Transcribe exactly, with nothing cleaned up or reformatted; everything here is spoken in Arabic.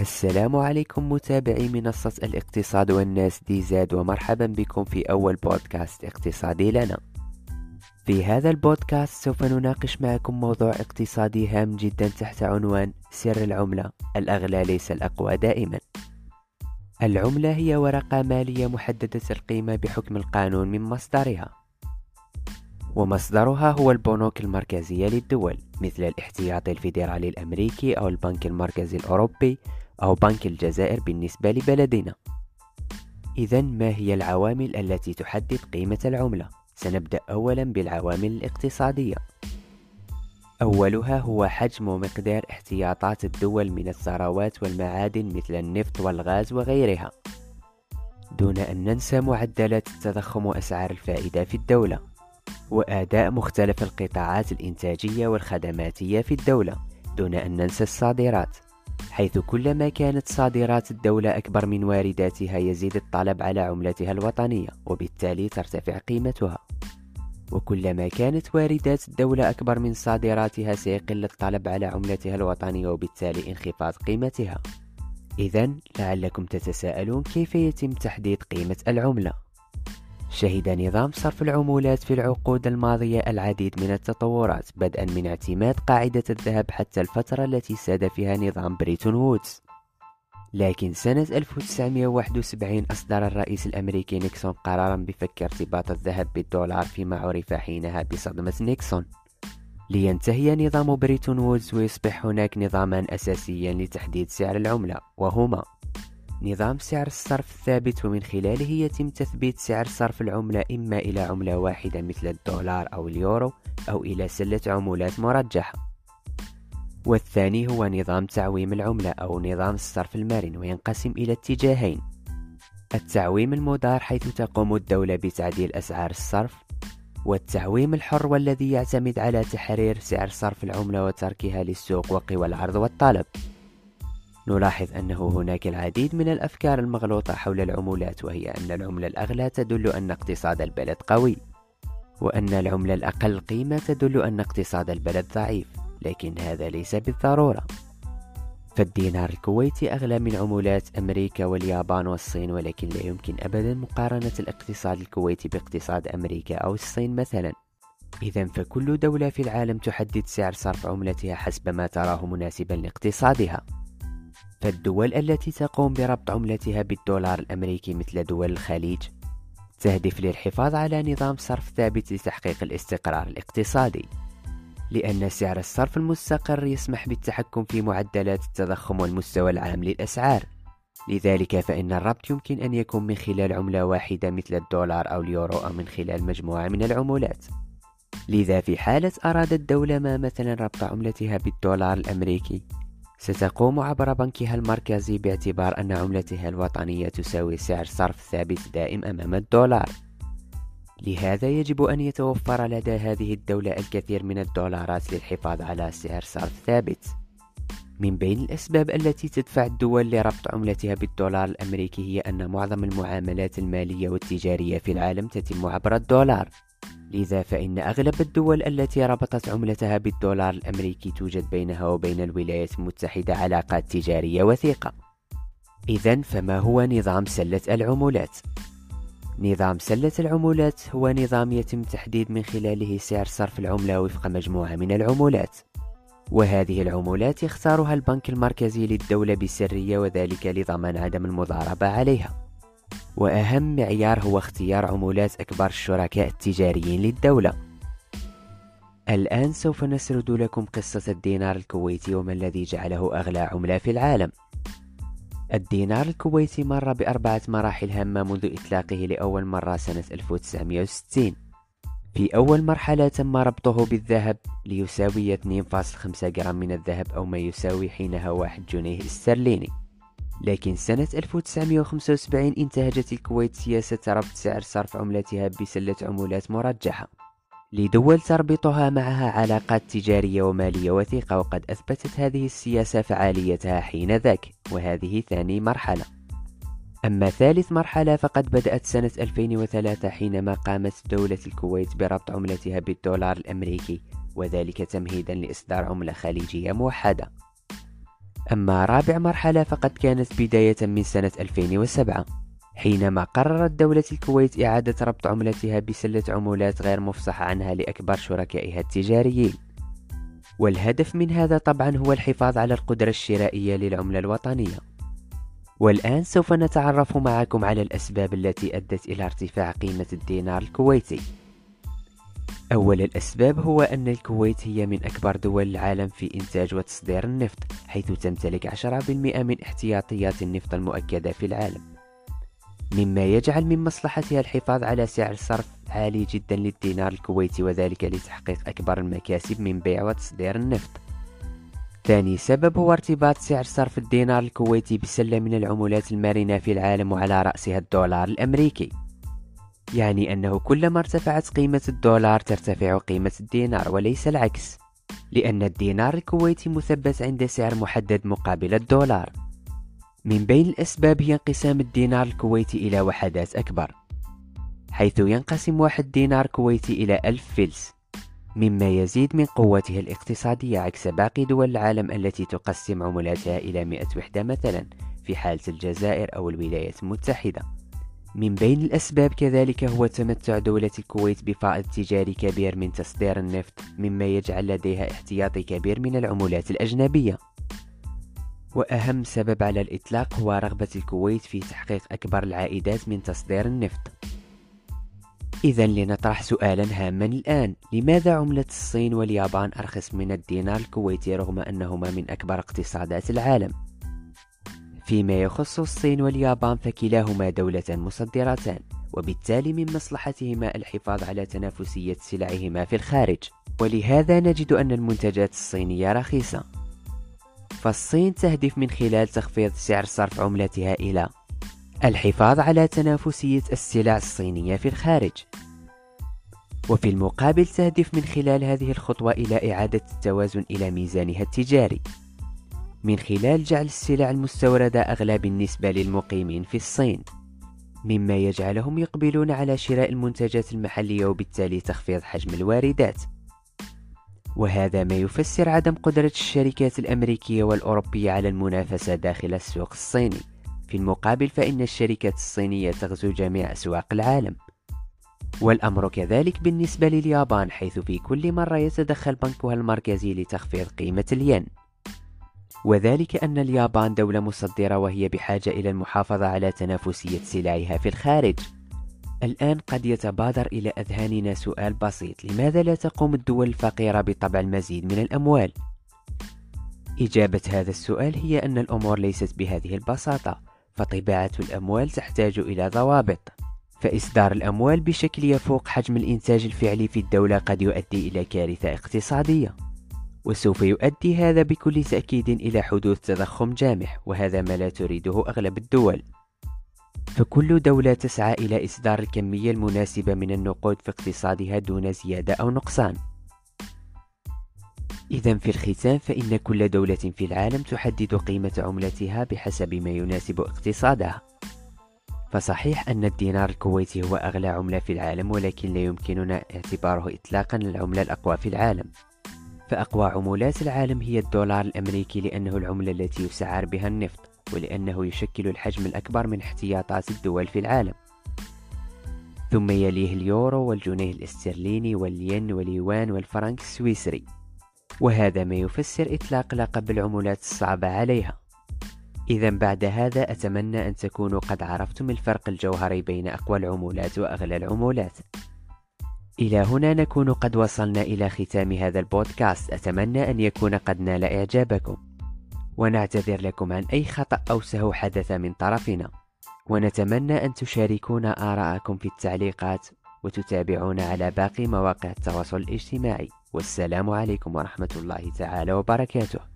السلام عليكم متابعي منصة الاقتصاد والناس دي زاد، ومرحبا بكم في أول بودكاست اقتصادي لنا. في هذا البودكاست سوف نناقش معكم موضوع اقتصادي هام جدا تحت عنوان سر العملة، الأغلى ليس الأقوى دائما. العملة هي ورقة مالية محددة القيمة بحكم القانون من مصدرها، ومصدرها هو البنوك المركزية للدول مثل الاحتياطي الفيدرالي الأمريكي أو البنك المركزي الأوروبي أو بنك الجزائر بالنسبة لبلدنا. إذن ما هي العوامل التي تحدد قيمة العملة؟ سنبدأ أولا بالعوامل الاقتصادية. أولها هو حجم ومقدار احتياطات الدول من الثروات والمعادن مثل النفط والغاز وغيرها، دون أن ننسى معدلات التضخم وأسعار الفائدة في الدولة، وأداء مختلف القطاعات الإنتاجية والخدماتية في الدولة، دون أن ننسى الصادرات، حيث كلما كانت صادرات الدولة أكبر من وارداتها يزيد الطلب على عملتها الوطنية، وبالتالي ترتفع قيمتها، وكلما كانت واردات الدولة أكبر من صادراتها سيقل الطلب على عملتها الوطنية، وبالتالي انخفاض قيمتها. إذن لعلكم تتساءلون كيف يتم تحديد قيمة العملة؟ شهد نظام صرف العمولات في العقود الماضية العديد من التطورات، بدءا من اعتماد قاعدة الذهب حتى الفترة التي ساد فيها نظام بريتون وودز. لكن سنة ألف وتسعمائة وواحد وسبعين أصدر الرئيس الأمريكي نيكسون قرارا بفك ارتباط الذهب بالدولار، فيما عرف حينها بصدمة نيكسون، لينتهي نظام بريتون وودز ويصبح هناك نظامان أساسيا لتحديد سعر العملة، وهما نظام سعر الصرف الثابت، ومن خلاله يتم تثبيت سعر صرف العملة إما إلى عملة واحدة مثل الدولار أو اليورو، أو إلى سلة عملات مرجحة. والثاني هو نظام تعويم العملة أو نظام الصرف المرن، وينقسم إلى اتجاهين: التعويم المدار حيث تقوم الدولة بتعديل أسعار الصرف، والتعويم الحر والذي يعتمد على تحرير سعر صرف العملة وتركها للسوق وقوى العرض والطلب. نلاحظ أنه هناك العديد من الأفكار المغلوطة حول العملات، وهي أن العملة الأغلى تدل أن اقتصاد البلد قوي، وأن العملة الأقل قيمة تدل أن اقتصاد البلد ضعيف، لكن هذا ليس بالضرورة. فالدينار الكويتي أغلى من عملات أمريكا واليابان والصين، ولكن لا يمكن أبدا مقارنة الاقتصاد الكويتي باقتصاد أمريكا أو الصين مثلا. إذن فكل دولة في العالم تحدد سعر صرف عملتها حسب ما تراه مناسبا لاقتصادها. فالدول التي تقوم بربط عملتها بالدولار الأمريكي مثل دول الخليج تهدف للحفاظ على نظام صرف ثابت لتحقيق الاستقرار الاقتصادي، لأن سعر الصرف المستقر يسمح بالتحكم في معدلات التضخم والمستوى العام للأسعار. لذلك فإن الربط يمكن أن يكون من خلال عملة واحدة مثل الدولار أو اليورو، أو من خلال مجموعة من العملات. لذا في حالة أرادت دولة ما مثلا ربط عملتها بالدولار الأمريكي، ستقوم عبر بنكها المركزي باعتبار أن عملتها الوطنية تساوي سعر صرف ثابت دائم أمام الدولار. لهذا يجب أن يتوفر لدى هذه الدولة الكثير من الدولارات للحفاظ على سعر صرف ثابت. من بين الأسباب التي تدفع الدول لربط عملتها بالدولار الأمريكي هي أن معظم المعاملات المالية والتجارية في العالم تتم عبر الدولار، لذا فإن أغلب الدول التي ربطت عملتها بالدولار الأمريكي توجد بينها وبين الولايات المتحدة علاقات تجارية وثيقة. إذن فما هو نظام سلة العملات؟ نظام سلة العملات هو نظام يتم تحديد من خلاله سعر صرف العملة وفق مجموعة من العملات، وهذه العملات يختارها البنك المركزي للدولة بسرية، وذلك لضمان عدم المضاربة عليها. وأهم معيار هو اختيار عملات أكبر الشركاء التجاريين للدولة. الآن سوف نسرد لكم قصة الدينار الكويتي وما الذي جعله أغلى عملة في العالم. الدينار الكويتي مر بأربعة مراحل هامة منذ إطلاقه لأول مرة سنة ألف وتسعمائة وستين. في أول مرحلة تم ربطه بالذهب ليساوي اثنين فاصلة خمسة جرام من الذهب، أو ما يساوي حينها واحد جنيه استرليني. لكن سنة ألف وتسعمائة وخمسة وسبعين انتهجت الكويت سياسة ربط سعر صرف عملتها بسلة عملات مرجحة لدول تربطها معها علاقات تجارية ومالية وثيقة، وقد أثبتت هذه السياسة فعاليتها حين ذاك، وهذه ثاني مرحلة. أما ثالث مرحلة فقد بدأت سنة ألفين وثلاثة حينما قامت دولة الكويت بربط عملتها بالدولار الأمريكي، وذلك تمهيدا لإصدار عملة خليجية موحدة. أما رابع مرحلة فقد كانت بداية من سنة ألفين وسبعة، حينما قررت دولة الكويت إعادة ربط عملتها بسلة عملات غير مفصح عنها لأكبر شركائها التجاريين. والهدف من هذا طبعا هو الحفاظ على القدرة الشرائية للعملة الوطنية. والآن سوف نتعرف معكم على الأسباب التي أدت إلى ارتفاع قيمة الدينار الكويتي. أول الأسباب هو أن الكويت هي من أكبر دول العالم في إنتاج وتصدير النفط، حيث تمتلك عشرة بالمئة من احتياطيات النفط المؤكدة في العالم، مما يجعل من مصلحتها الحفاظ على سعر صرف عالي جدا للدينار الكويتي، وذلك لتحقيق أكبر المكاسب من بيع وتصدير النفط. ثاني سبب هو ارتباط سعر صرف الدينار الكويتي بسلة من العملات المرنة في العالم، وعلى رأسها الدولار الأمريكي، يعني أنه كلما ارتفعت قيمة الدولار ترتفع قيمة الدينار وليس العكس، لأن الدينار الكويتي مثبت عند سعر محدد مقابل الدولار. من بين الأسباب هي انقسام الدينار الكويتي إلى وحدات أكبر، حيث ينقسم واحد دينار كويتي إلى ألف فلس، مما يزيد من قوتها الاقتصادية عكس باقي دول العالم التي تقسم عملاتها إلى مئة وحدة مثلا في حالة الجزائر أو الولايات المتحدة. من بين الأسباب كذلك هو تمتع دولة الكويت بفائض تجاري كبير من تصدير النفط، مما يجعل لديها احتياطي كبير من العملات الأجنبية. وأهم سبب على الإطلاق هو رغبة الكويت في تحقيق أكبر العائدات من تصدير النفط. إذن لنطرح سؤالا هاما الآن: لماذا عملة الصين واليابان أرخص من الدينار الكويتي رغم أنهما من أكبر اقتصادات العالم؟ فيما يخص الصين واليابان فكلاهما دولة مصدرتان، وبالتالي من مصلحتهما الحفاظ على تنافسية سلعهما في الخارج، ولهذا نجد أن المنتجات الصينية رخيصة. فالصين تهدف من خلال تخفيض سعر صرف عملتها إلى الحفاظ على تنافسية السلع الصينية في الخارج، وفي المقابل تهدف من خلال هذه الخطوة إلى إعادة التوازن إلى ميزانها التجاري، من خلال جعل السلع المستوردة أغلى بالنسبة للمقيمين في الصين، مما يجعلهم يقبلون على شراء المنتجات المحلية وبالتالي تخفيض حجم الواردات. وهذا ما يفسر عدم قدرة الشركات الأمريكية والأوروبية على المنافسة داخل السوق الصيني. في المقابل فإن الشركات الصينية تغزو جميع أسواق العالم. والأمر كذلك بالنسبة لليابان، حيث في كل مرة يتدخل بنكها المركزي لتخفيض قيمة الين، وذلك أن اليابان دولة مصدرة وهي بحاجة إلى المحافظة على تنافسية سلعها في الخارج. الآن قد يتبادر إلى أذهاننا سؤال بسيط: لماذا لا تقوم الدول الفقيرة بطبع المزيد من الأموال؟ إجابة هذا السؤال هي أن الأمور ليست بهذه البساطة، فطباعة الأموال تحتاج إلى ضوابط، فإصدار الأموال بشكل يفوق حجم الإنتاج الفعلي في الدولة قد يؤدي إلى كارثة اقتصادية، وسوف يؤدي هذا بكل تأكيد إلى حدوث تضخم جامح، وهذا ما لا تريده أغلب الدول. فكل دولة تسعى إلى إصدار الكمية المناسبة من النقود في اقتصادها دون زيادة أو نقصان. إذن في الختام فإن كل دولة في العالم تحدد قيمة عملتها بحسب ما يناسب اقتصادها. فصحيح أن الدينار الكويتي هو أغلى عملة في العالم، ولكن لا يمكننا اعتباره إطلاقا العملة الأقوى في العالم. فأقوى عملات العالم هي الدولار الأمريكي، لأنه العملة التي يسعر بها النفط، ولأنه يشكل الحجم الأكبر من احتياطات الدول في العالم. ثم يليه اليورو والجنيه الاسترليني والين واليوان والفرنك السويسري، وهذا ما يفسر إطلاق لقب العملات الصعبة عليها. إذا بعد هذا أتمنى أن تكونوا قد عرفتم الفرق الجوهري بين أقوى العملات وأغلى العملات. إلى هنا نكون قد وصلنا إلى ختام هذا البودكاست، أتمنى أن يكون قد نال إعجابكم، ونعتذر لكم عن أي خطأ أو سهو حدث من طرفنا، ونتمنى أن تشاركونا آراءكم في التعليقات وتتابعونا على باقي مواقع التواصل الاجتماعي. والسلام عليكم ورحمة الله تعالى وبركاته.